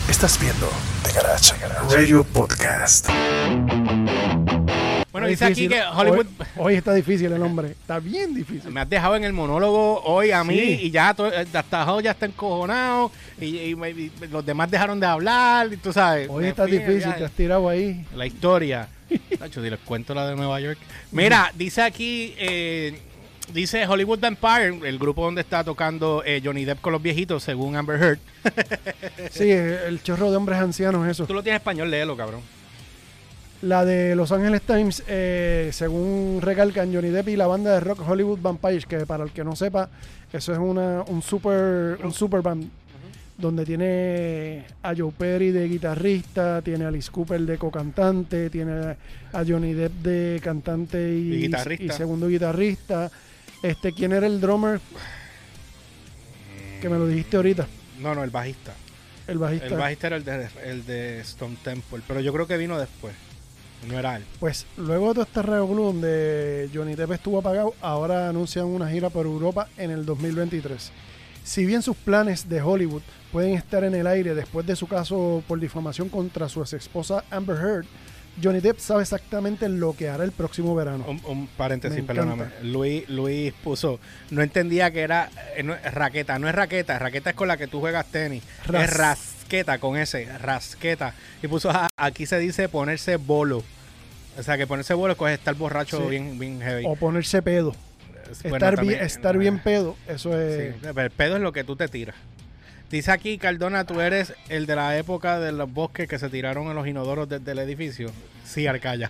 Estás viendo The Garage Radio Podcast. Bueno, dice aquí que Hollywood... Hoy está difícil el nombre. Está bien difícil. Me has dejado en el monólogo hoy a mí y ya hasta Joe ya está encojonado y los demás dejaron de hablar y tú sabes. Hoy está difícil, te has tirado ahí. La historia. Tacho, si les cuento la de Nueva York. Mira, dice aquí... dice Hollywood Vampire, el grupo donde está tocando Johnny Depp con los viejitos, según Amber Heard. Sí, el chorro de hombres ancianos, eso. Tú lo tienes en español, léelo, cabrón. La de Los Angeles Times, según recalcan Johnny Depp y la banda de rock Hollywood Vampires, que para el que no sepa, eso es un super band, donde tiene a Joe Perry de guitarrista, tiene a Alice Cooper de co-cantante, tiene a Johnny Depp de cantante y segundo guitarrista. ¿Quién era el drummer? Que me lo dijiste ahorita. No, el bajista. El bajista era el de Stone Temple, pero yo creo que vino después. No era él. Pues luego de todo este revolú donde Johnny Depp estuvo apagado, ahora anuncian una gira por Europa en el 2023. Si bien sus planes de Hollywood pueden estar en el aire después de su caso por difamación contra su ex esposa Amber Heard, Johnny Depp sabe exactamente lo que hará el próximo verano. Un paréntesis, perdóname. Luis puso, no entendía que era raqueta. No es raqueta, raqueta es con la que tú juegas tenis. Es rasqueta con ese, rasqueta. Y puso, aquí se dice ponerse bolo. O sea, que ponerse bolo es estar borracho, sí, bien heavy. O ponerse pedo. Bueno, estar bien pedo, eso es... Sí, el pedo es lo que tú te tiras. Dice aquí, Cardona, tú eres el de la época de los bosques que se tiraron en los inodoros desde el edificio. Sí, Arcaya.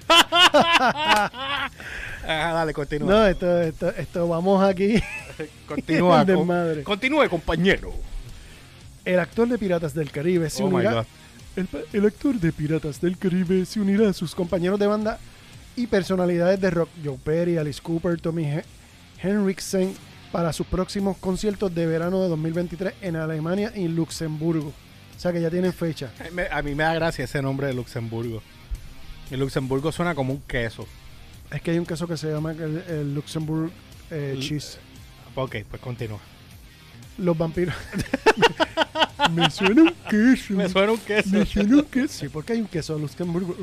Dale, continúa. No, esto vamos aquí. Continúa. Continúe, compañero. El actor de Piratas del Caribe se unirá... El actor de Piratas del Caribe se unirá a sus compañeros de banda y personalidades de rock, Joe Perry, Alice Cooper, Tommy Henriksen, para sus próximos conciertos de verano de 2023 en Alemania y Luxemburgo. O sea que ya tienen fecha. A mí me da gracia ese nombre de Luxemburgo. El Luxemburgo suena como un queso. Es que hay un queso que se llama el Luxembourg cheese. Ok, pues continúa. Los vampiros. Me suena un queso. Me suena un queso. Sí, porque hay un queso de Luxemburgo.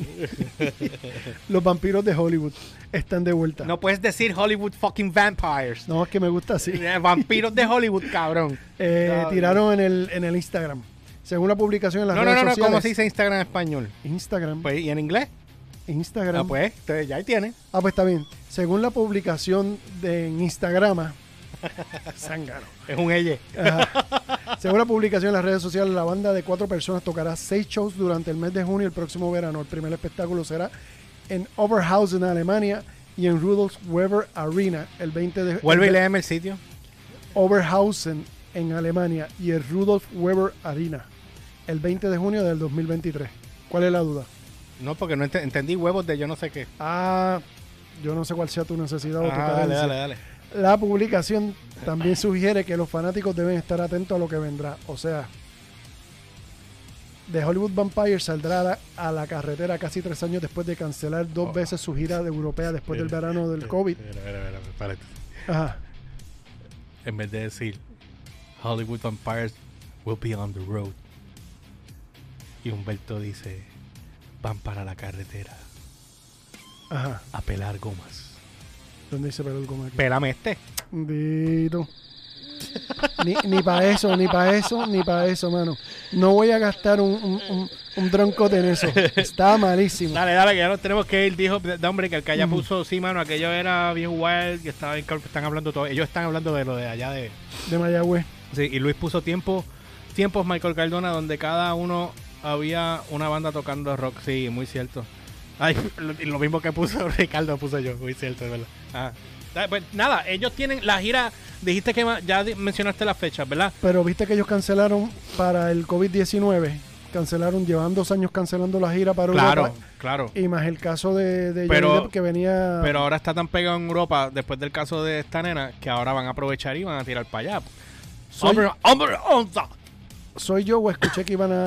Los vampiros de Hollywood están de vuelta. No puedes decir Hollywood fucking vampires. No, es que me gusta así. Vampiros de Hollywood, cabrón. Tiraron en el Instagram. Según la publicación en las redes sociales. No, ¿cómo se dice Instagram en español? Instagram. Pues, ¿y en inglés? Instagram. Pues, ya ahí tiene. Pues está bien. Según la publicación en Instagram. Zángano. Es un elle. Según la publicación en las redes sociales, la banda de 4 personas tocará 6 shows durante el mes de junio y el próximo verano. El primer espectáculo será en Oberhausen, Alemania, y en Rudolf Weber Arena el 20 de junio. Vuelve y léeme el sitio. Oberhausen en Alemania y el Rudolf Weber Arena el 20 de junio del 2023. ¿Cuál es la duda? No, porque no entendí huevos de yo no sé qué. Yo no sé cuál sea tu necesidad o tu carencia. Dale. La publicación también sugiere que los fanáticos deben estar atentos a lo que vendrá. O sea, The Hollywood Vampire saldrá a la carretera casi 3 años después de cancelar 2 veces su gira europea después del verano del COVID. Espérate. Ajá. En vez de decir Hollywood Vampires will be on the road, y Humberto dice, van para la carretera. Ajá. A pelar gomas. ¿Dónde dice pelar gomas? Pélame Dito. Ni para eso, mano. No voy a gastar un droncote en eso. Está malísimo. Dale, que ya nos tenemos que ir. Dijo, hombre, que el que allá puso, sí, mano, aquello era bien wild, que estaba bien, están hablando todo. Ellos están hablando de lo de allá de Mayagüez. Sí, y Luis puso tiempos Michael Cardona, donde cada uno había una banda tocando rock. Sí, muy cierto. Ay, lo mismo que puso Ricardo, puse yo. Muy cierto, de verdad. Pues nada, ellos tienen la gira. Dijiste que ya mencionaste las fechas, ¿verdad? Pero viste que ellos cancelaron para el COVID-19. Llevan 2 años cancelando la gira para Europa. Claro. Y más el caso de Johnny Depp que venía... Pero ahora está tan pegado en Europa, después del caso de esta nena, que ahora van a aprovechar y van a tirar para allá. ¿Soy yo o escuché que iban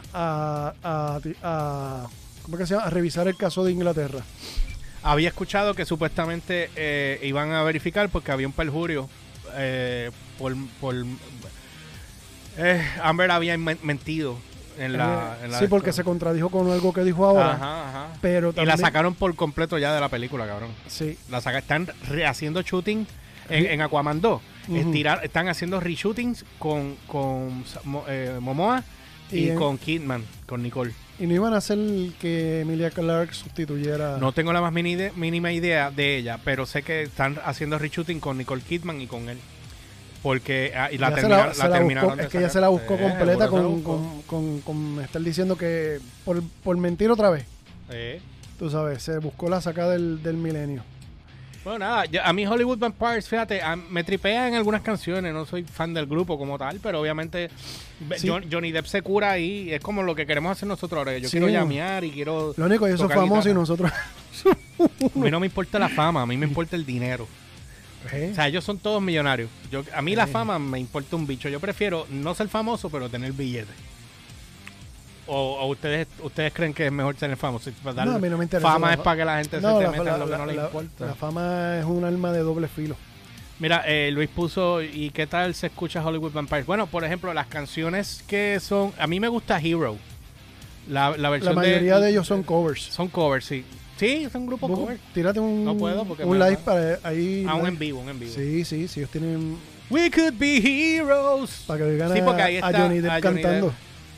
¿cómo que se llama? A revisar el caso de Inglaterra? Había escuchado que supuestamente iban a verificar porque había un perjurio Amber había mentido Sí, porque se contradijo con algo que dijo ahora. Ajá. Pero Y también, la sacaron por completo ya de la película, cabrón. Sí. Están haciendo shooting en Aquaman 2. Ujú. Están haciendo reshootings con Momoa y con Kidman, con Nicole. Y no iban a hacer que Emilia Clarke sustituyera. No tengo la más mínima idea de ella, pero sé que están haciendo reshooting con Nicole Kidman y con él. Porque y la terminaron. Es que ella se la buscó completa con estar diciendo que por mentir otra vez. Tú sabes, se buscó la sacada del milenio. Bueno, nada, a mí Hollywood Vampires, fíjate, me tripea en algunas canciones, no soy fan del grupo como tal, pero obviamente Sí. Johnny Depp se cura ahí, es como lo que queremos hacer nosotros ahora. Yo Sí. quiero llamear y quiero... Lo único, ellos son tocar famosos y guitarra. nosotros. A mí no me importa la fama, a mí me importa el dinero. O sea, ellos son todos millonarios. A mí la fama me importa un bicho. Yo prefiero no ser famoso, pero tener billetes. O ustedes creen que es mejor tener famoso. No, a mí no me interesa. Fama es para que la gente se te meta en lo que no le importa. La fama es un arma de doble filo. Mira, Luis puso, ¿y qué tal se escucha Hollywood Vampires? Bueno, por ejemplo, las canciones que son... A mí me gusta Hero. La versión La mayoría de ellos son covers. Son covers, sí. Sí, son grupos covers. Tírate No puedo porque un me live va. para ahí. Un en vivo. Sí, ellos tienen... We could be heroes. Para que oigan Sí, porque ahí a está Johnny Depp cantando.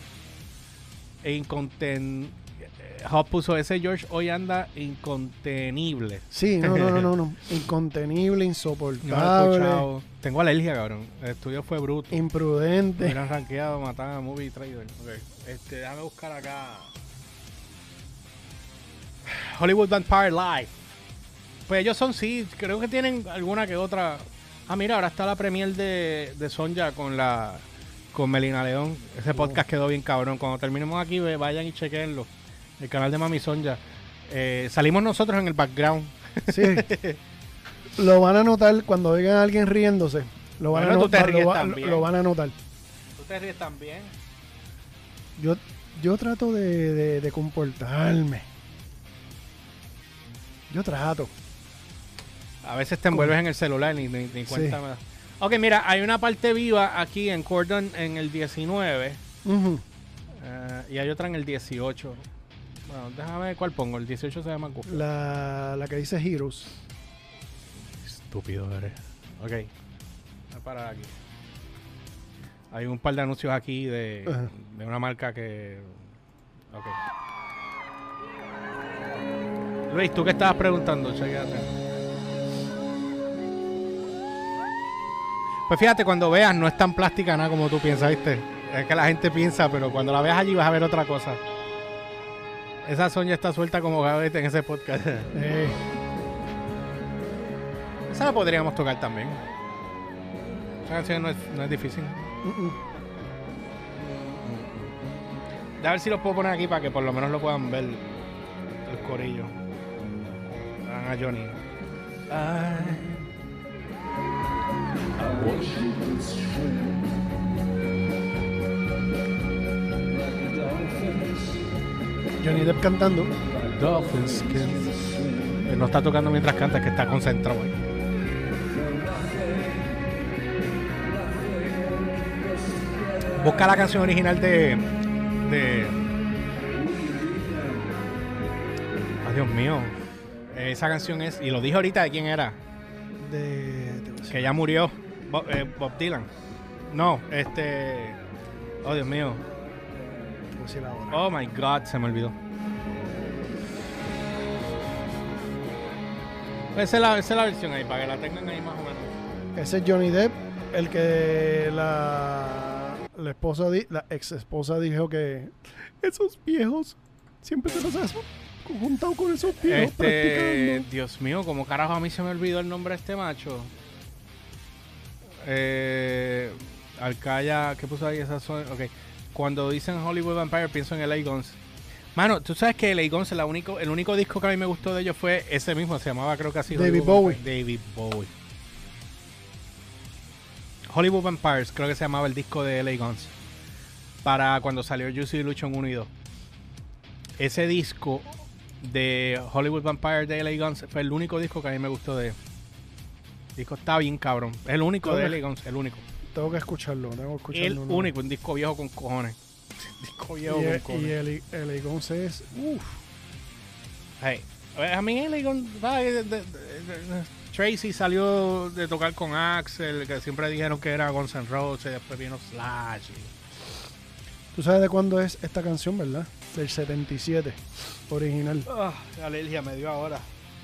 Hop puso ese George hoy anda incontenible. Sí, no. Incontenible, No lo he insoportable, escuchado. Tengo alergia, cabrón. El estudio fue bruto. imprudente. Mira, rankeado, matada, movie trader. Okay. Déjame buscar acá. Hollywood Vampire Live. Pues ellos son, sí, creo que tienen alguna que otra. Ah, mira, ahora está la premier de Sonja con Melina León. Ese podcast quedó bien cabrón. Cuando terminemos aquí, vayan y chequenlo. El canal de Mami Sonja. Salimos nosotros en el background. Sí. Lo van a notar cuando oigan a alguien riéndose. Lo van, Bueno, tú te a, notar, ríes lo, también. lo van a notar. ¿Tú te ríes también? Yo trato de comportarme. Yo trato. A veces te envuelves en el celular ni cuenta me das. Ok, mira, hay una parte viva aquí en Cordon en el 19 Ujú. y hay otra en el 18. Bueno, déjame ver cuál pongo. El 18 se llama Goofy. La que dice Heroes. Estúpido eres. Ok. Voy a parar aquí. Hay un par de anuncios aquí de una marca que... Ok. Luis, ¿tú qué estabas preguntando? Chequéate. Pues fíjate, cuando veas, no es tan plástica nada como tú piensas, ¿viste? Es que la gente piensa, pero cuando la veas allí vas a ver otra cosa. Esa Sonia está suelta como gavete en ese podcast. Esa la podríamos tocar también. Esa canción no es difícil. A ver si lo puedo poner aquí para que por lo menos lo puedan ver el corillo. Vean a Johnny. Johnny Depp cantando. Dolphin Skin. Él no está tocando mientras canta, es que está concentrado ahí. Busca la canción original de... Ay, Dios mío. Esa canción es... Y lo dije ahorita de quién era. Que ya murió. Bob Dylan. No, Oh, Dios mío. Oh, my God. Se me olvidó. Esa es la versión ahí, para que la tengan ahí más o menos. Ese es Johnny Depp, el que la ex esposa dijo que esos viejos siempre se los has juntado con esos viejos practicando. Dios mío, como carajo a mí se me olvidó el nombre de este macho. Alcaya, ¿qué puso ahí? Ok. Cuando dicen Hollywood Vampire pienso en L.A. Guns. Mano, tú sabes que L.A. Guns, el único disco que a mí me gustó de ellos fue ese mismo, se llamaba creo que así. David Bowie. David Bowie. Hollywood Vampires, creo que se llamaba el disco de L.A. Guns. Para cuando salió Juicy Illusion 1 y 2. Ese disco de Hollywood Vampire de L.A. Guns fue el único disco que a mí me gustó de ellos. El disco está bien cabrón. Es el único de L.A. Guns, el único. Tengo que escucharlo, El único, un disco viejo con cojones. Disco viejo Y, con y el Eagles es... Uf. Hey, a mí el Egon, Tracy salió de tocar con Axel, que siempre dijeron que era Guns N' Roses, y después vino Slash. ¿Tú sabes de cuándo es esta canción, verdad? Del 77, original. Alergia me dio ahora.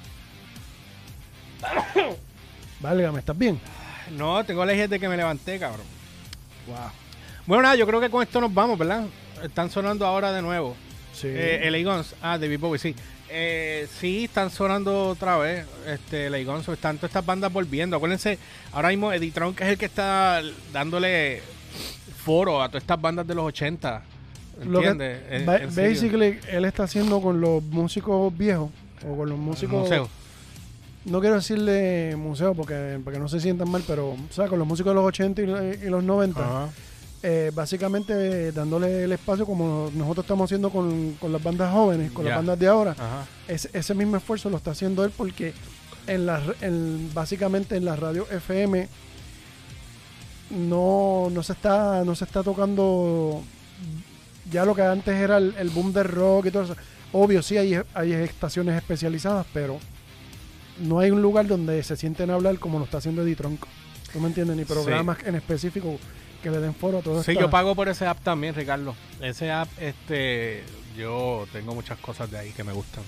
Válgame, ¿estás bien? No, tengo alergia de que me levanté, cabrón. Wow. Bueno, nada, yo creo que con esto nos vamos, ¿verdad? Están sonando ahora de nuevo. Sí. LA Guns, David Bowie, sí. Sí, están sonando otra vez. LA Guns, están todas estas bandas volviendo. Acuérdense, ahora mismo Eddie Trunk es el que está dándole foro a todas estas bandas de los 80. ¿Entiendes? Basically, él está haciendo con los músicos viejos, o con los músicos... Museo. No quiero decirle museo porque no se sientan mal, pero o sea, con los músicos de los 80 y los 90, Ajá. básicamente dándole el espacio como nosotros estamos haciendo con las bandas jóvenes, con Ya. las bandas de ahora. Ajá. Ese mismo esfuerzo lo está haciendo él porque básicamente en la radio FM no se está tocando ya lo que antes era el boom del rock y todo eso. Obvio, sí hay estaciones especializadas, pero no hay un lugar donde se sienten a hablar como lo está haciendo Eddie Trunk. ¿No me entiendes? Ni programas en específico que le den foro a todo esto. Sí, yo pago por ese app también, Ricardo. Ese app, yo tengo muchas cosas de ahí que me gustan.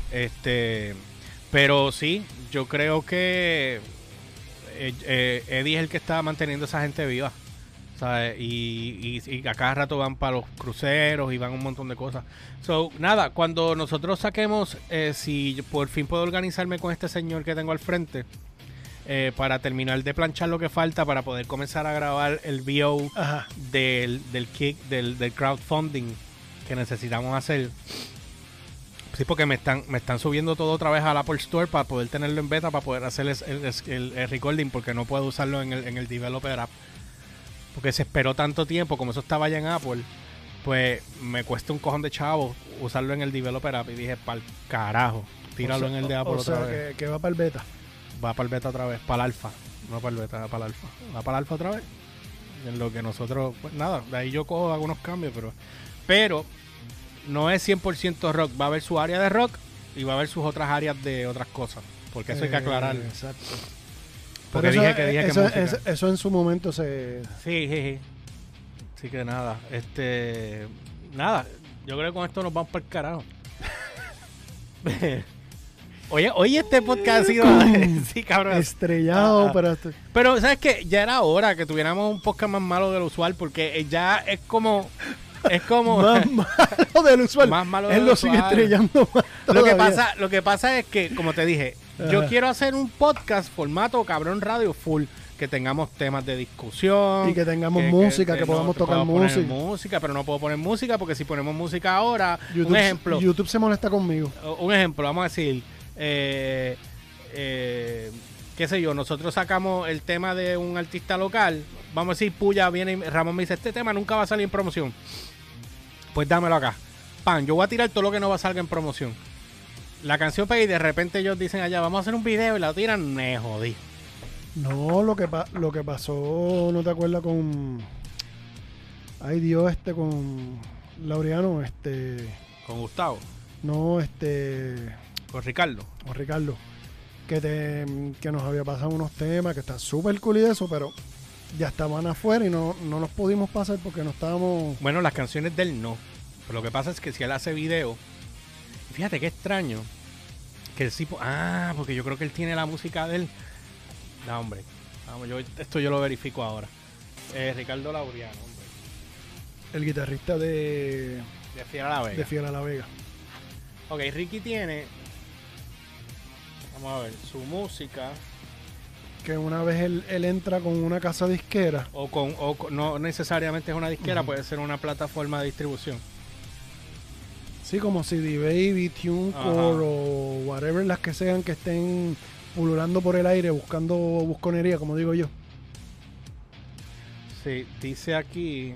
Pero sí, yo creo que Eddie es el que está manteniendo a esa gente viva. ¿Sabes? Y a cada rato van para los cruceros y van un montón de cosas. So, nada, cuando nosotros saquemos, si por fin puedo organizarme con este señor que tengo al frente, para terminar de planchar lo que falta para poder comenzar a grabar el VO Ajá. del crowdfunding que necesitamos hacer. Sí, porque me están subiendo todo otra vez al Apple Store para poder tenerlo en beta, para poder hacer el recording, porque no puedo usarlo en el Developer App. Porque se esperó tanto tiempo, como eso estaba ya en Apple, pues me cuesta un cojón de chavo usarlo en el Developer App. Y dije, pa'l carajo, tíralo en el de Apple otra vez. Que va para el beta. Va para el beta otra vez, para el alfa. No para el beta, va para el alfa. Va para el alfa otra vez. En lo que nosotros, pues nada, de ahí yo cojo algunos cambios, pero no es 100% rock. Va a haber su área de rock y va a haber sus otras áreas de otras cosas. Porque eso hay que aclararlo. Exacto. Porque Pero dije que música. eso en su momento se... Sí. Así que nada, nada, yo creo que con esto nos vamos para el carajo. Oye, este podcast ha sido... sí, cabrón. Estrellado, Pero, ¿sabes qué? Ya era hora que tuviéramos un podcast más malo de lo usual, porque ya es como... más malo del usual. Más malo Él del lo usual. sigue estrellando más Lo que pasa es que, como te dije, yo quiero hacer un podcast formato cabrón radio full, que tengamos temas de discusión y que tengamos música, que podamos tocar música, pero no puedo poner música porque si ponemos música ahora, YouTube, un ejemplo, YouTube se molesta conmigo. un ejemplo, vamos a decir, qué sé yo, nosotros sacamos el tema de un artista local, vamos a decir, Puya viene y Ramón me dice, este tema nunca va a salir en promoción, pues dámelo acá, pan, yo voy a tirar todo lo que no va a salir en promoción. La canción pega y de repente ellos dicen allá, vamos a hacer un video y la tiran, me jodí. No, lo que pasó, ¿no te acuerdas con... Ay Dios, con Laureano, Con Gustavo. No, Con Ricardo. Con Ricardo. Que nos había pasado unos temas que están súper cool y eso, pero ya estaban afuera y no los pudimos pasar porque no estábamos... Bueno, las canciones de él no. Pero lo que pasa es que si él hace video... Fíjate qué extraño. Que el tipo... porque yo creo que él tiene la música de él. No, hombre. Vamos, esto yo lo verifico ahora. Ricardo Laureano, hombre. El guitarrista de Fiel a la Vega. De Fiel a la Vega. Ok, Ricky tiene... Vamos a ver, su música... Que una vez él entra con una casa disquera. No necesariamente es una disquera, puede ser una plataforma de distribución. Sí, como CD Baby, TuneCore o whatever las que sean que estén pululando por el aire buscando busconería, como digo yo. Sí, dice aquí...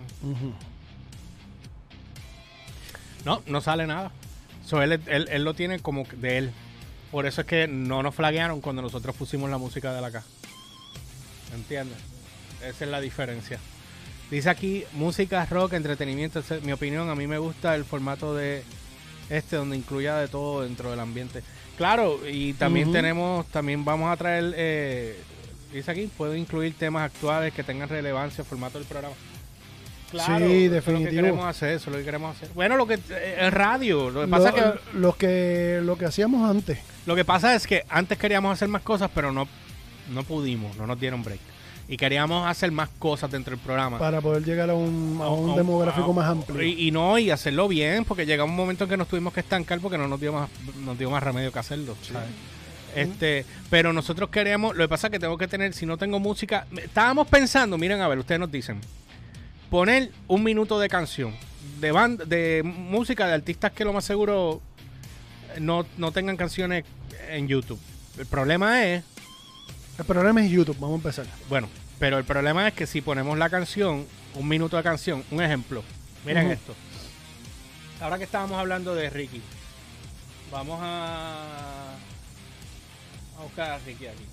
No sale nada. Él lo tiene como de él. Por eso es que no nos flaguearon cuando nosotros pusimos la música de la acá. ¿Entiendes? Esa es la diferencia. Dice aquí, música, rock, entretenimiento. Mi opinión, a mí me gusta el formato de donde incluya de todo dentro del ambiente. Claro, y también también vamos a traer, dice aquí, puedo incluir temas actuales que tengan relevancia al formato del programa. Claro, sí, definitivo. Eso es lo que queremos hacer. Bueno, el radio, lo que pasa es que lo que hacíamos antes. Lo que pasa es que antes queríamos hacer más cosas, pero no pudimos, no nos dieron break. Y queríamos hacer más cosas dentro del programa. Para poder llegar a un demográfico más amplio. Y hacerlo bien, porque llega un momento en que nos tuvimos que estancar porque no nos dio más remedio que hacerlo. ¿Sabes? Pero nosotros queremos, lo que pasa es que tengo que tener, si no tengo música, estábamos pensando, miren a ver, ustedes nos dicen, poner 1 minuto de canción, de música de artistas que lo más seguro no tengan canciones en YouTube. El problema es YouTube, vamos a empezar. Bueno, pero el problema es que si ponemos la canción, 1 minuto de canción, un ejemplo. Miren esto. Ahora que estábamos hablando de Ricky, vamos a buscar a Ricky aquí.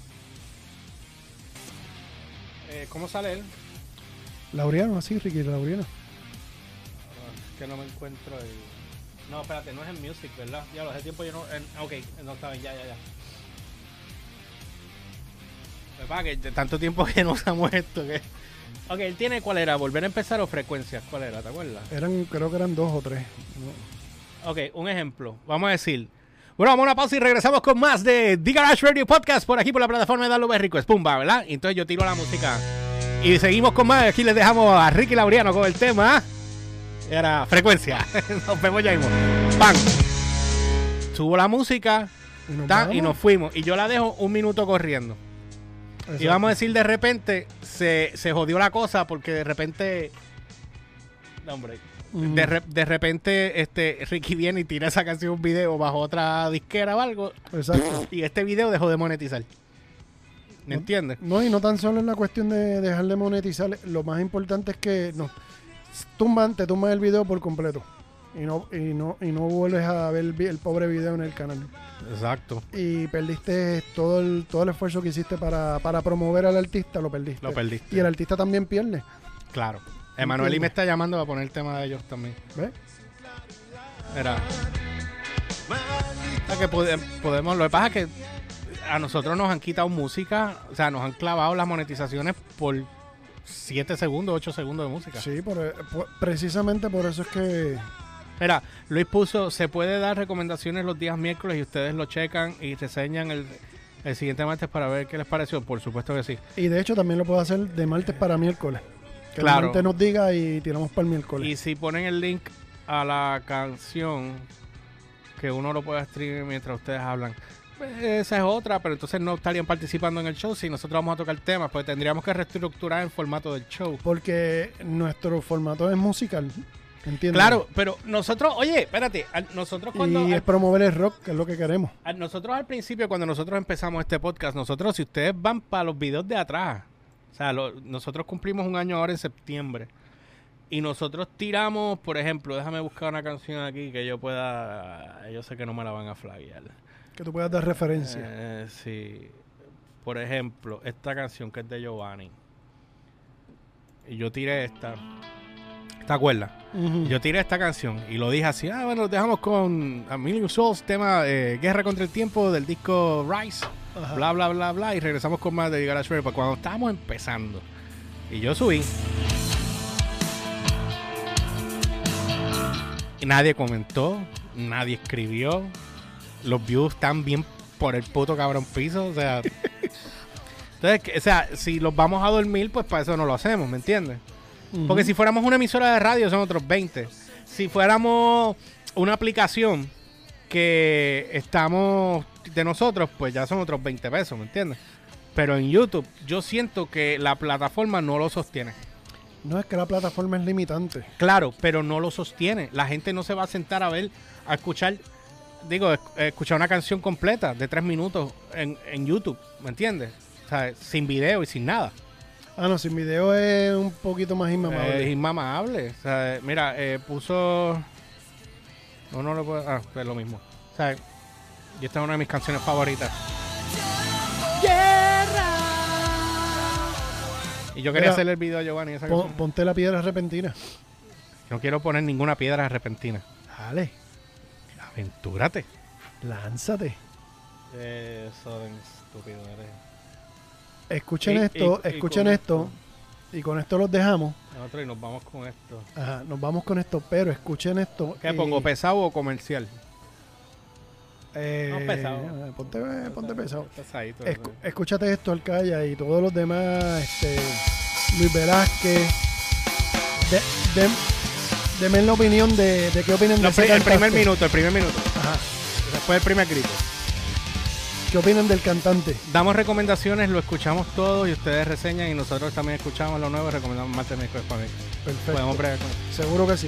¿Cómo sale él? Laureano, así, Ricky Laureano. Es que no me encuentro el... No, espérate, no es en Music, ¿verdad? Ya hace tiempo yo no... Ok, no está bien, ya. Que de tanto tiempo que no usamos esto que... Ok, él tiene, ¿cuál era? ¿Volver a empezar o frecuencias? ¿Cuál era? ¿Te acuerdas? Creo que eran 2 o 3. Ok, un ejemplo. Vamos a decir... Bueno, vamos a una pausa y regresamos con más de The Garage Radio Podcast por aquí por la plataforma de Darlo Berrico. Es Pumba, ¿verdad? Y entonces yo tiro la música. Y seguimos con más. Aquí les dejamos a Ricky Laureano con el tema. Era frecuencia. Nos vemos ya mismo. ¡Pam! Subo la música y nos fuimos. Y yo la dejo 1 minuto corriendo. Exacto. Y vamos a decir, de repente se jodió la cosa porque de repente... No, hombre. De repente Ricky viene y tira esa canción, un video bajo otra disquera o algo. Exacto. Y este video dejó de monetizar. ¿Me entiendes? No, y no tan solo es la cuestión de dejar de monetizar. Lo más importante es que te tumban el video por completo. Y no vuelves a ver el pobre video en el canal. Exacto. Y perdiste todo el esfuerzo que hiciste para promover al artista, lo perdiste. Y el artista también pierde. Claro. Emanuel me está llamando para poner el tema de ellos también. ¿Ves? Mira. O sea que podemos... Lo que pasa es que a nosotros nos han quitado música, o sea, nos han clavado las monetizaciones por 7 segundos, 8 segundos de música. Sí, precisamente por eso es que... Mira, Luis puso, se puede dar recomendaciones los días miércoles y ustedes lo checan y reseñan el siguiente martes para ver qué les pareció. Por supuesto que sí. Y de hecho también lo puedo hacer de martes para miércoles. Que claro. La gente nos diga y tiramos para el miércoles. Y si ponen el link a la canción, que uno lo pueda streamar mientras ustedes hablan. Esa es otra, pero entonces no estarían participando en el show si nosotros vamos a tocar temas, pues tendríamos que reestructurar el formato del show. Porque nuestro formato es musical, ¿entiendes? Claro, pero nosotros, oye, espérate, nosotros cuando... Y es promover el rock, que es lo que queremos. Nosotros al principio, cuando nosotros empezamos este podcast, si ustedes van para los videos de atrás, o sea, nosotros cumplimos 1 año ahora en septiembre, y nosotros tiramos, por ejemplo, déjame buscar una canción aquí que yo sé que no me la van a flaguear. Que tú puedas dar referencia. Sí. Por ejemplo, esta canción que es de Giovanni. Y yo tiré esta. ¿Te acuerdas? Uh-huh. Yo tiré esta canción y lo dije así. Bueno, dejamos con A Million Souls, tema Guerra contra el Tiempo del disco Rise. Ajá. Bla, bla, bla, bla. Y regresamos con más de Garage Radio cuando estábamos empezando. Y yo subí. Y nadie comentó. Nadie escribió. Los views están bien por el puto cabrón piso, o sea. Entonces, o sea, si los vamos a dormir, pues para eso no lo hacemos, ¿me entiendes? Uh-huh. Porque si fuéramos una emisora de radio son otros 20. Si fuéramos una aplicación que estamos de nosotros, pues ya son otros 20 pesos, ¿me entiendes? Pero en YouTube yo siento que la plataforma no lo sostiene. No, es que la plataforma es limitante. Claro, pero no lo sostiene. La gente no se va a sentar a escuchar una canción completa de 3 minutos en YouTube, ¿me entiendes? O sea, sin video y sin nada. No, sin video es un poquito más inmamable. Es inmamable. O sea, mira, puso... No lo puedo... es lo mismo. O sea, y esta es una de mis canciones favoritas. ¡Guerra! Y yo quería Mira, hacerle el video a Giovanni. Esa canción. Ponte la piedra repentina. No quiero poner ninguna piedra repentina. Dale, Aventúrate. lánzate. Eso de estúpido eres. Escuchen Y- esto, y escuchen con esto. Y con esto los dejamos. Nosotros y nos vamos con esto. Ajá, nos vamos con esto, pero escuchen esto. ¿Qué pongo, pesado o comercial? No, pesado. Ponte pesado. Pesadito. Escúchate esto, Alcaya, y todos los demás, Luis Velázquez. Deme la opinión de qué opinan de ese El cantante. primer minuto. Ajá. Después del primer grito. ¿Qué opinan del cantante? Damos recomendaciones, lo escuchamos todos y ustedes reseñan y nosotros también escuchamos lo nuevo y recomendamos martes, miércoles, jueves. Perfecto. Podemos bregar con eso. Seguro que sí.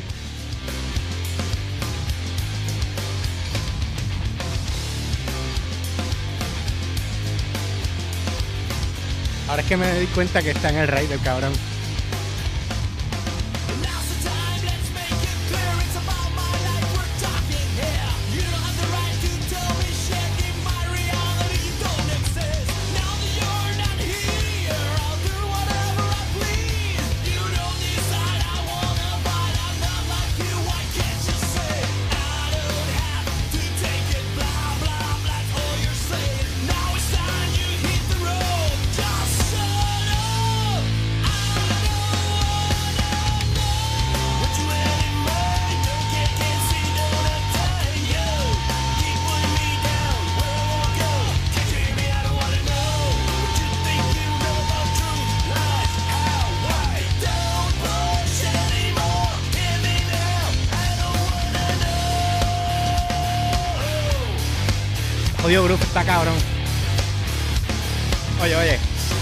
Ahora es que me di cuenta que está en el rey del cabrón. Odio grupo está cabrón. Oye.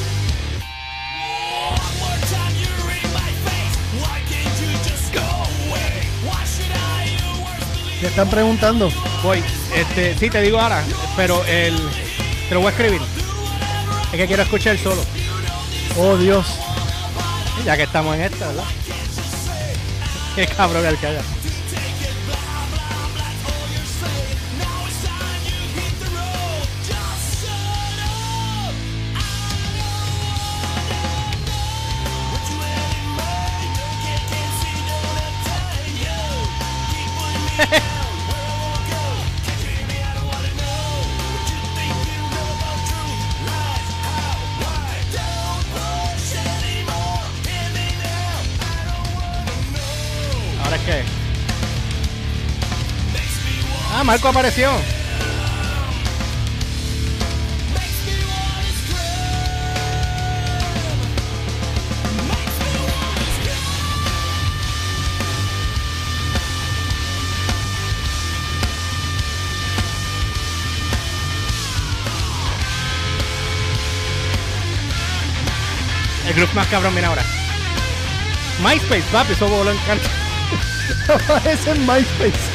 ¿Qué están preguntando? Voy, sí te digo ahora, pero te lo voy a escribir. Es que quiero escuchar solo. Oh, Dios. Ya que estamos en esta, ¿verdad? Qué cabrón el que haya. ¿Ahora es qué? Ah, Marco apareció. El grupo más cabrón viene ahora. MySpace, papi, eso voló en cancha. Aparece en MySpace.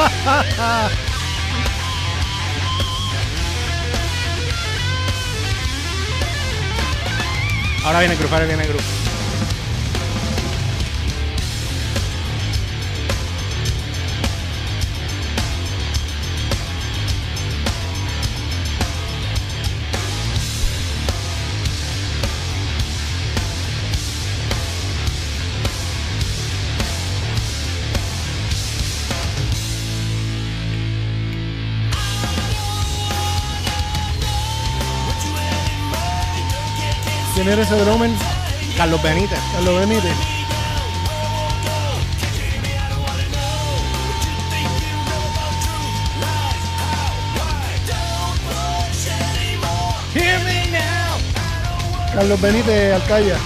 Ahora viene el grupo, ¿Quién era ese drummer? Carlos Benítez. Carlos Benítez. Carlos Benítez, Alcaya.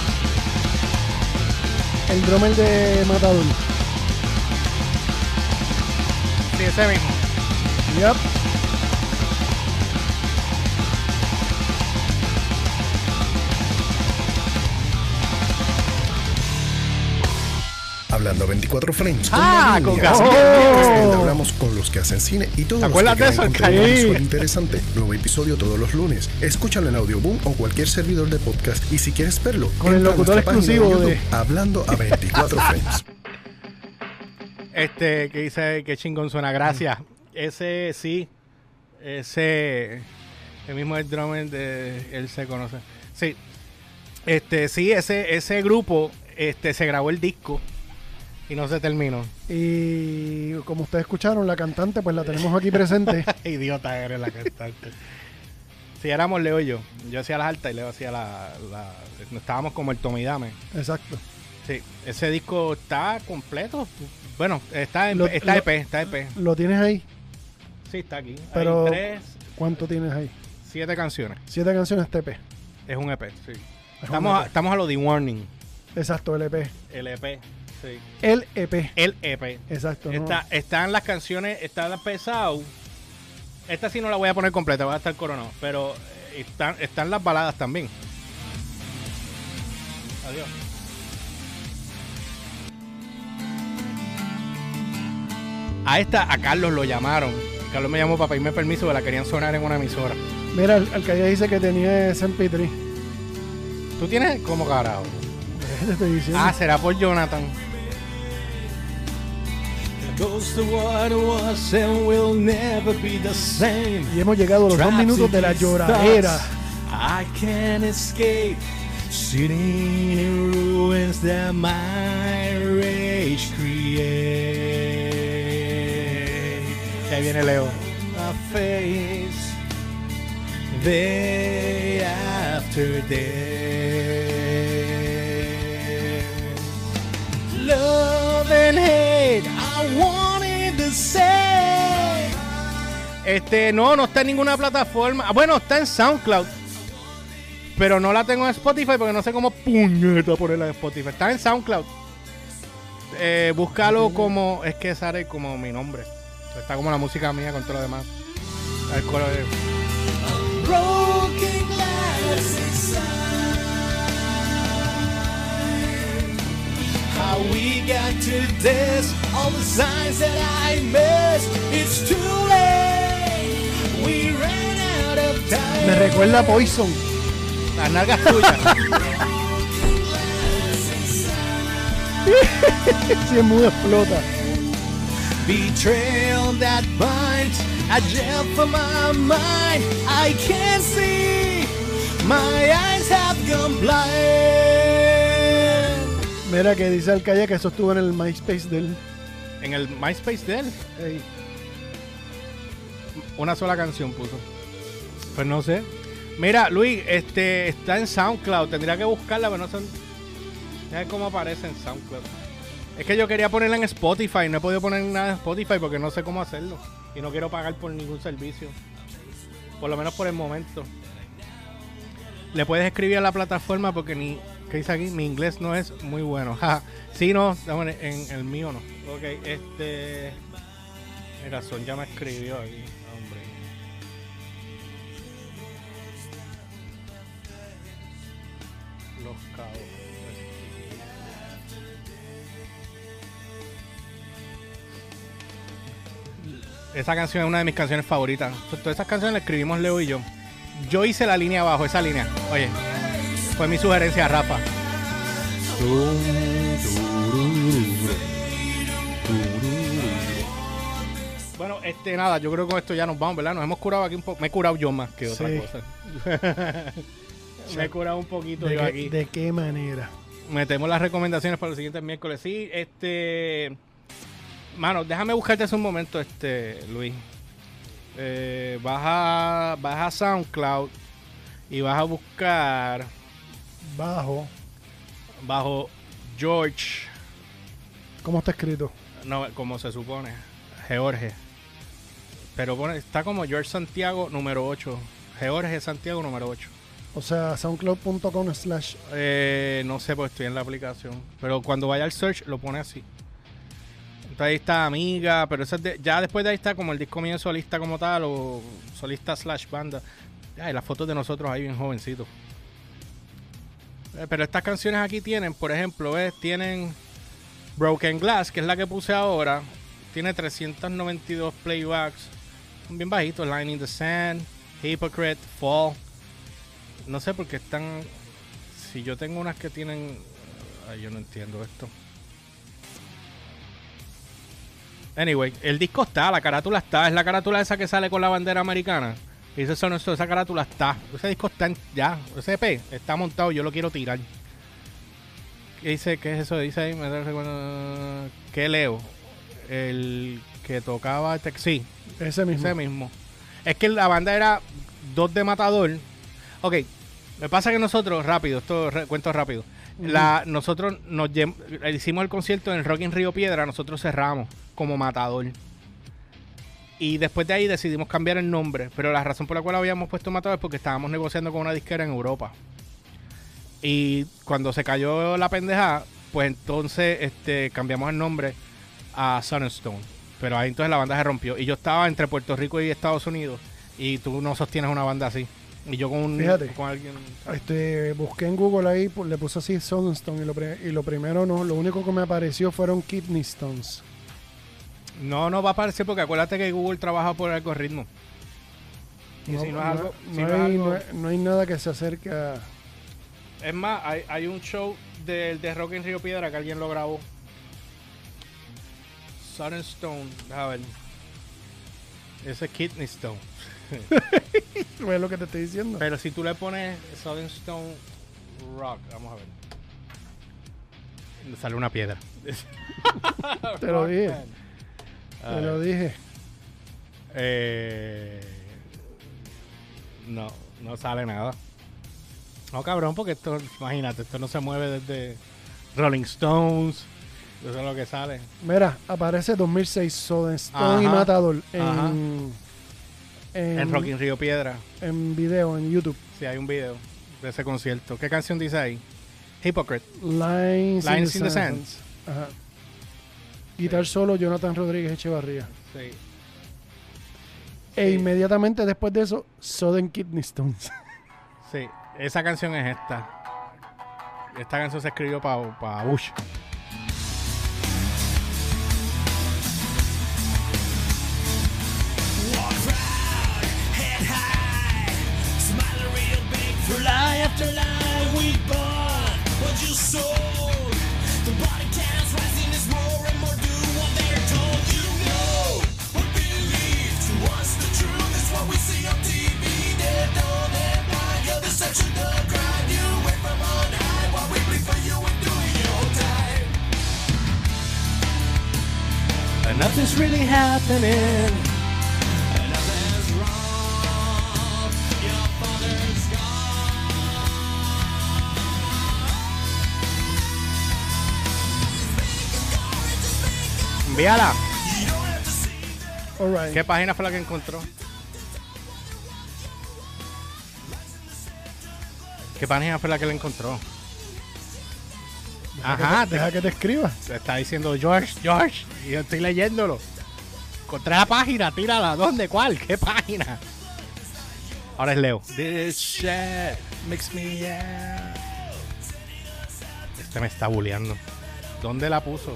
El drummer de Matador. Sí, ese mismo. Yep. Hablando 24 frames. Ah, Manuel con Díaz. Gabriel. Donde hablamos con los que hacen cine y todos ¿Te los acuerdas que de crean eso, contenido Alcaide? visual interesante. Nuevo episodio todos los lunes. Escúchalo en Audioboom o cualquier servidor de podcast. Y si quieres verlo, Con el entra a locutor nuestra página exclusivo YouTube, de- Hablando a 24 frames. Que dice que chingón suena, gracias. Ese sí, el mismo es el drummer de él se conoce. Sí. Sí, ese grupo se grabó el disco y no se terminó. Y como ustedes escucharon, la cantante, pues la tenemos aquí presente. Idiota eres la cantante. Sí, éramos Leo y yo. Yo hacía las altas y Leo hacía estábamos como el Tommy Dame. Exacto. Sí, ese disco está completo. Bueno, está EP. ¿Lo tienes ahí? Sí, está aquí. Pero, hay ¿cuánto tienes ahí? 7 canciones. 7 canciones TP. Es un EP, sí. Estamos a lo de Warning. Exacto, el EP. El EP, sí. El EP. El EP. Exacto. Están las canciones, está pesado. Esta sí no la voy a poner completa, va a estar coronado. Pero están las baladas también. Adiós. A Carlos lo llamaron. Carlos me llamó para pedirme permiso, que la querían sonar en una emisora. Mira, Alcaide dice que tenía ese MP3. ¿Tú tienes cómo carajo? Te estoy diciendo. Será por Jonathan. Y hemos llegado a los 2 minutos de la lloradera. I can't escape sitting in ruins that my rage create. Ahí viene Leo. My face day after day. Love and hate, I wanted to say. No está en ninguna plataforma. Bueno, está en SoundCloud. Pero no la tengo en Spotify porque no sé cómo puñeta ponerla en Spotify. Está en SoundCloud. Búscalo como... Es que sale como mi nombre. Está como la música mía con todo lo demás. El coro de... Broken glass inside. How we got to this. All the signs that I missed. It's too late. We ran out of time. Me recuerda a Poison. Las nalgas tuyas. Si el mudo explota. Betrayal that binds, a gem for my mind. I can't see, my eyes have gone blind. Mira que dice Alcaide que eso estuvo en el MySpace de él. ¿En el MySpace de él? Hey. Una sola canción puso. Pues no sé. Mira, Luis, está en SoundCloud. Tendría que buscarla, pero no sé. Mira cómo aparece en SoundCloud. Es que yo quería ponerla en Spotify. No he podido poner nada en Spotify porque no sé cómo hacerlo. Y no quiero pagar por ningún servicio. Por lo menos por el momento. Le puedes escribir a la plataforma porque ¿qué dice aquí? Mi inglés no es muy bueno. Sí, no. En el mío no. Ok, Mira, Son ya me escribió ahí. Hombre. Los cabos. Esa canción es una de mis canciones favoritas. Todas esas canciones las escribimos Leo y yo. Yo hice la línea abajo, esa línea. Oye, fue mi sugerencia a Rafa. Bueno, nada, yo creo que con esto ya nos vamos, ¿verdad? Nos hemos curado aquí un poco. Me he curado yo más que otra cosa. Me he curado un poquito yo aquí. ¿De qué manera? Metemos las recomendaciones para los siguientes miércoles. Sí, Mano, déjame buscarte hace un momento, Luis. Vas a SoundCloud y vas a buscar bajo George. ¿Cómo está escrito? No, como se supone, George. Pero está como George Santiago número 8. George Santiago número 8. O sea, soundcloud.com/ no sé, porque estoy en la aplicación. Pero cuando vaya al search lo pone así. Entonces ahí está Amiga, pero eso es ya después de ahí está como el disco mío solista como tal, o solista / banda. Y las fotos de nosotros ahí bien jovencitos. Pero estas canciones aquí tienen, por ejemplo, tienen Broken Glass, que es la que puse ahora. Tiene 392 playbacks. Son bien bajitos. Line in the Sand, Hypocrite, Fall. No sé por qué están... Si yo tengo unas que tienen... Ay, yo no entiendo esto. Anyway, el disco está, la carátula está. Es la carátula esa que sale con la bandera americana. Y dice Southern Stone, esa carátula está. Ese disco está ya. Ese EP está montado, yo lo quiero tirar. ¿Qué dice? ¿Qué es eso? Dice ahí, ¿qué leo? El que tocaba sí. Ese mismo. Es que la banda era 2 de Matador. Ok, me pasa que nosotros, rápido, cuento rápido. Nosotros hicimos el concierto en el Rock in Río Piedra, nosotros cerramos como Matador. Y después de ahí decidimos cambiar el nombre, pero la razón por la cual habíamos puesto Matador es porque estábamos negociando con una disquera en Europa. Y cuando se cayó la pendejada, pues entonces cambiamos el nombre a Southern Stone. Pero ahí entonces la banda se rompió. Y yo estaba entre Puerto Rico y Estados Unidos. Y tú no sostienes una banda así. Y yo con alguien. Busqué en Google ahí, le puse así Southern Stone. Y lo primero no, lo único que me apareció fueron Kidney Stones. No va a aparecer porque acuérdate que Google trabaja por algoritmo. Y si no es algo. No hay nada que se acerque a. Es más, hay un show de Rock en Río Piedra que alguien lo grabó. Southern Stone, a ver. Ese es Kidney Stone. ¿Ves lo que te estoy diciendo? Pero si tú le pones Southern Stone Rock, vamos a ver. Sale una piedra. Te lo dije. Te lo dije. No sale nada. No, cabrón, porque esto, imagínate, esto no se mueve desde Rolling Stones. Eso es lo que sale. Mira, aparece 2006 Southern Stone y Matador en Rock in Río Piedra. En video, en YouTube. Sí, hay un video de ese concierto. ¿Qué canción dice ahí? Hypocrite. Lines in the Sand. Ajá. Guitar solo, Jonathan Rodríguez Echevarría. Sí. Inmediatamente después de eso, Southern Kidney Stones. Sí, esa canción es esta. Esta canción se escribió para Bush. Lie after lie we bought what you sold. The body counts rising as more and more do what they're told. You know what believe to us the truth is what we see on TV. Dead, dumb, and blind. You're the section of crime. You wait from on high while we bleed for you and doing your time. And nothing's really happening. And nothing's wrong. Your father's gone. Envíala. All right. ¿Qué página fue la que encontró? ¿Qué página fue la que le encontró? Deja que te escriba. Te está diciendo George, y yo estoy leyéndolo. Encontré la página, tírala. ¿Dónde? ¿Cuál? ¿Qué página? Ahora es Leo. This shit makes me Este me está bulleando. ¿Dónde la puso?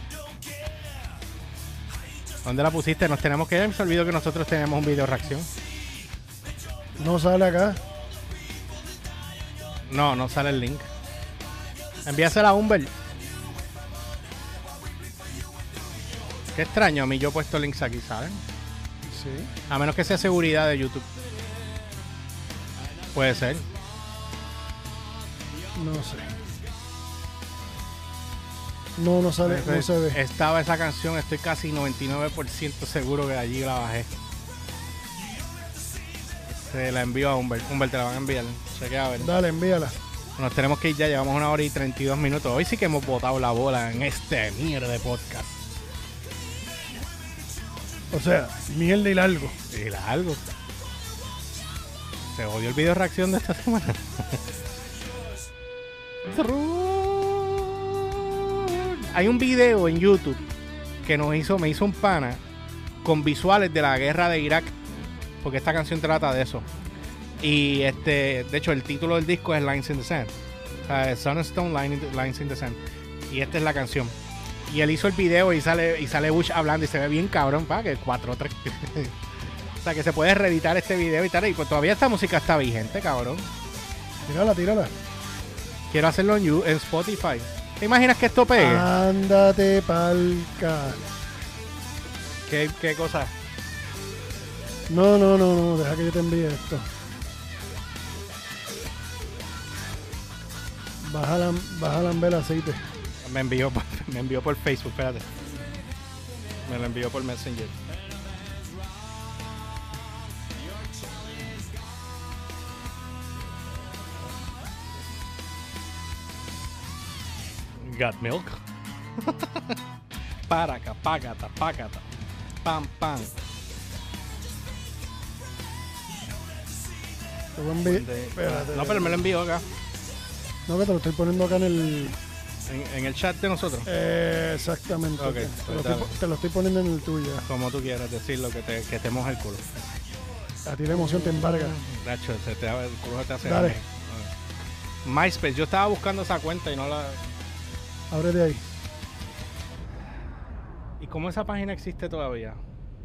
¿Dónde la pusiste? Nos tenemos que ir. Se olvidó que nosotros tenemos un video reacción. No sale acá. No sale el link. Envíasela a Humber. Qué extraño, a mí yo he puesto links aquí, ¿saben? Sí. A menos que sea seguridad de YouTube. Puede ser. No sé. No sale, no se ve. Estaba esa canción, estoy casi 99% seguro que de allí la bajé. Se la envío a Humber. Humber, te la van a enviar. Chequea a ver. Dale, envíala. Nos tenemos que ir ya, llevamos 1 hora y 32 minutos. Hoy sí que hemos botado la bola en este mierda de podcast. O sea, mierda y largo. Y largo. Se jodió el video reacción de esta semana. Hay un video en YouTube que me hizo un pana con visuales de la guerra de Irak, porque esta canción trata de eso. Y de hecho el título del disco es Lines in the Sand. Southern Stone, Lines in the Sand. Y esta es la canción. Y él hizo el video y sale Bush hablando y se ve bien cabrón, que 4-3. O sea que se puede reeditar este video y tal. Y pues todavía esta música está vigente, cabrón. Tírala. Quiero hacerlo en Spotify. ¿Te imaginas que esto pegue? Ándate palca. ¿Qué cosa? No, deja que yo te envíe esto. Baja el aceite. Me envió por Facebook, espérate. Me lo envió por Messenger. Got milk. Paraca, págata. Pam. Te voy a enviar. Espérate. No, pero me lo envió acá. No, que te lo estoy poniendo acá en el... En el chat de nosotros. Exactamente. Ok, Te lo estoy poniendo en el tuyo. Como tú quieras decirlo, que te moja el culo. A ti la emoción te embarga. Nacho, el culo se te hace Dale. grande. MySpace, yo estaba buscando esa cuenta y no la... Ábrete ahí. ¿Y cómo esa página existe todavía?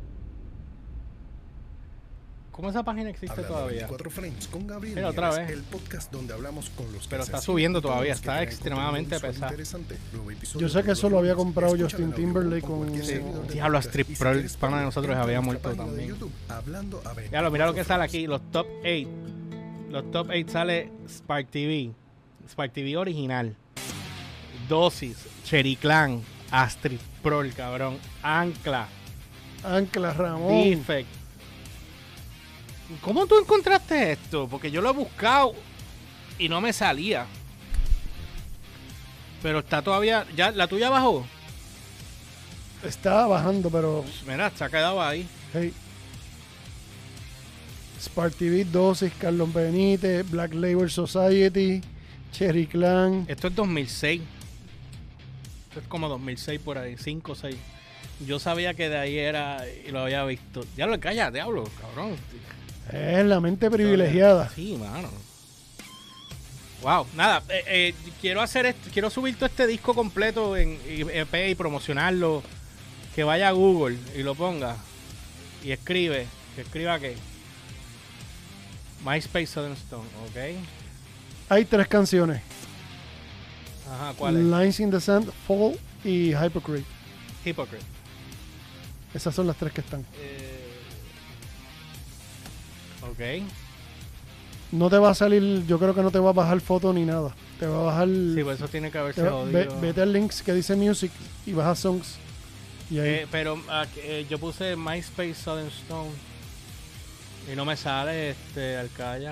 ¿Cómo esa página existe Hablando todavía? 24 Frames con Gabriel Mira, otra Nieves, vez. el podcast donde hablamos con los que Pero se está hacen subiendo y todos todavía, los que está crean extremadamente contenido visual pesado. interesante. Nuevo episodio Yo sé que todos eso los lo había lunes. comprado Escúchalo en Justin Audioboom Timberlake o con- cualquier Sí. servidor de Diablo, podcast. Strip Y si Pro, el quieres pana de nosotros entra a había nuestra muerto página de también. YouTube, hablando a 24 Ya lo, mira lo que sale Frames. aquí, los top 8. Los top 8 sale Spark TV. Spark TV original. Dosis, Cherry Clan, Astrid Pro, el cabrón, Ancla, Ancla Ramón. Defect. ¿Cómo tú encontraste esto? Porque yo lo he buscado y no me salía. Pero está todavía... ¿Ya la tuya bajó? Está bajando, pero... Mira, se ha quedado ahí. Hey. Spark TV, Dosis, Carlos Benítez, Black Label Society, Cherry Clan. Esto es 2006. Esto es como 2006 por ahí, 5 o 6. Yo sabía que de ahí era y lo había visto. Diablo, calla, diablo, cabrón. Es la mente privilegiada. Sí, mano. Wow, nada, quiero hacer esto, quiero subir todo este disco completo en EP y promocionarlo. Que vaya a Google y lo ponga. Y escribe. Que escriba qué. MySpace Southern Stone, ok. Hay 3 canciones. Ajá, ¿cuál es? Lines in the Sand, Fall y Hypocrite. Hypocrite. Esas son las 3 que están. Ok. No te va a salir, yo creo que no te va a bajar foto ni nada. Te va a bajar... Sí, pues eso tiene que haberse jodido. Vete al links que dice Music y baja Songs. Y ahí... Pero yo puse MySpace Southern Stone y no me sale Alcaya.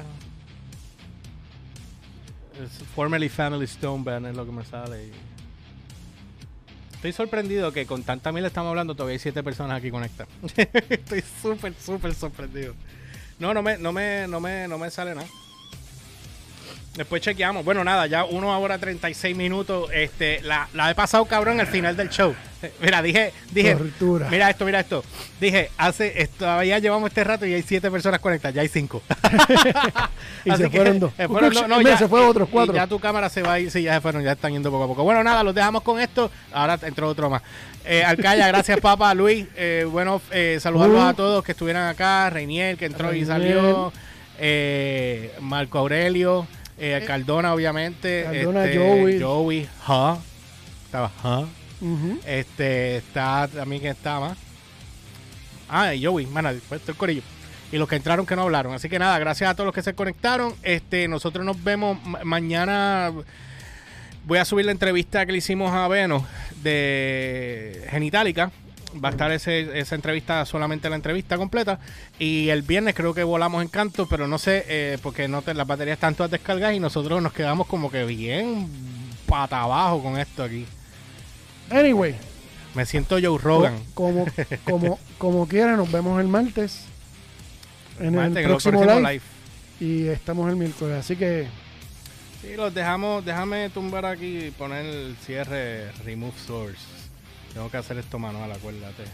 Es Formerly Family Stone Band es lo que me sale. Estoy sorprendido que con tanta miel estamos hablando, todavía hay 7 personas aquí conectadas. Estoy súper sorprendido. No me sale nada. Después chequeamos. Bueno, nada, ya 1 hora 36 minutos. La he pasado, cabrón, al final del show. Mira, dije. Tortura. Mira esto. Dije, todavía llevamos este rato y hay 7 personas conectadas. Ya hay 5. Y se fueron 2. Se fue otros 4. Ya tu cámara se va a ir. Sí, ya se fueron, ya están yendo poco a poco. Bueno, nada, los dejamos con esto. Ahora entró otro más. Alcaya, gracias, papá. Luis, saludarlos a todos que estuvieran acá. Reinier, que entró y salió. Marco Aurelio. Cardona, obviamente. Cardona, Joey. Joey, estaba está también que está más. Y Joey, pues estoy corillo. Y los que entraron que no hablaron. Así que nada, gracias a todos los que se conectaron. Nosotros nos vemos mañana. Voy a subir la entrevista que le hicimos a Veno de Genitalica. Va a estar esa entrevista, solamente la entrevista completa. Y el viernes creo que volamos en Canto, pero no sé, porque las baterías están todas descargadas y nosotros nos quedamos como que bien pata abajo con esto aquí. Anyway. Me siento Joe Rogan. Como quiera, nos vemos el martes. En el próximo live. Y estamos el miércoles, así que... Sí, los dejamos. Déjame tumbar aquí y poner el cierre Remove Source. Tengo que hacer esto manual, acuérdate.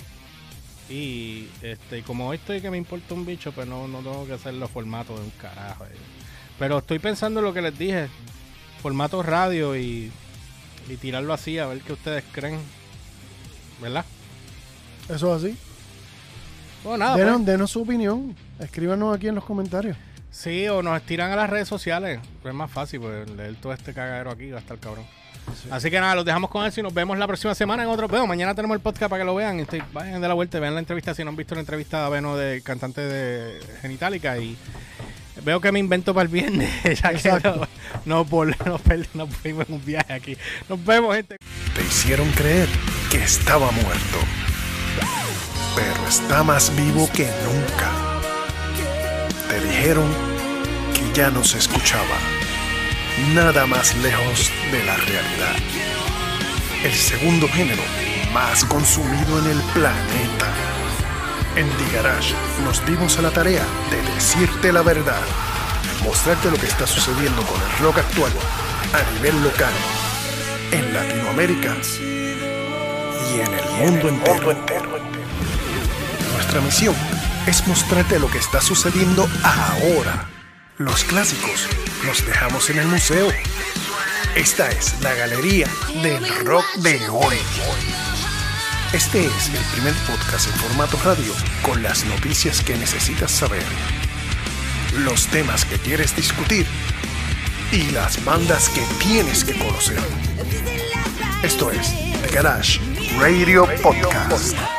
Y como hoy estoy que me importa un bicho, pues no tengo que hacerlo formato de un carajo. Pero estoy pensando en lo que les dije. Formato radio y tirarlo así, a ver qué ustedes creen. ¿Verdad? Eso es así. Bueno, nada, denos su opinión. Escríbanos aquí en los comentarios. Sí, o nos tiran a las redes sociales. Es más fácil, pues leer todo este cagadero aquí va a estar cabrón. Así que nada, los dejamos con eso y nos vemos la próxima semana en otro. Bueno, mañana tenemos el podcast para que lo vean. Vayan de la vuelta y vean la entrevista si no han visto la entrevista de Abeno, del cantante de Genitalica. Y veo que me invento para el viernes. Ya que nos fuimos en un viaje aquí. Nos vemos, gente. Te hicieron creer que estaba muerto, pero está más vivo que nunca. Te dijeron que ya no se escuchaba. Nada más lejos de la realidad. El segundo género más consumido en el planeta. En The Garage nos dimos a la tarea de decirte la verdad, mostrarte lo que está sucediendo con el rock actual a nivel local, en Latinoamérica y en el mundo entero. Nuestra misión es mostrarte lo que está sucediendo ahora. Los clásicos los dejamos en el museo. Esta es la galería del rock de hoy. Este es el primer podcast en formato radio con las noticias que necesitas saber, los temas que quieres discutir y las bandas que tienes que conocer. Esto es The Garage Radio Podcast.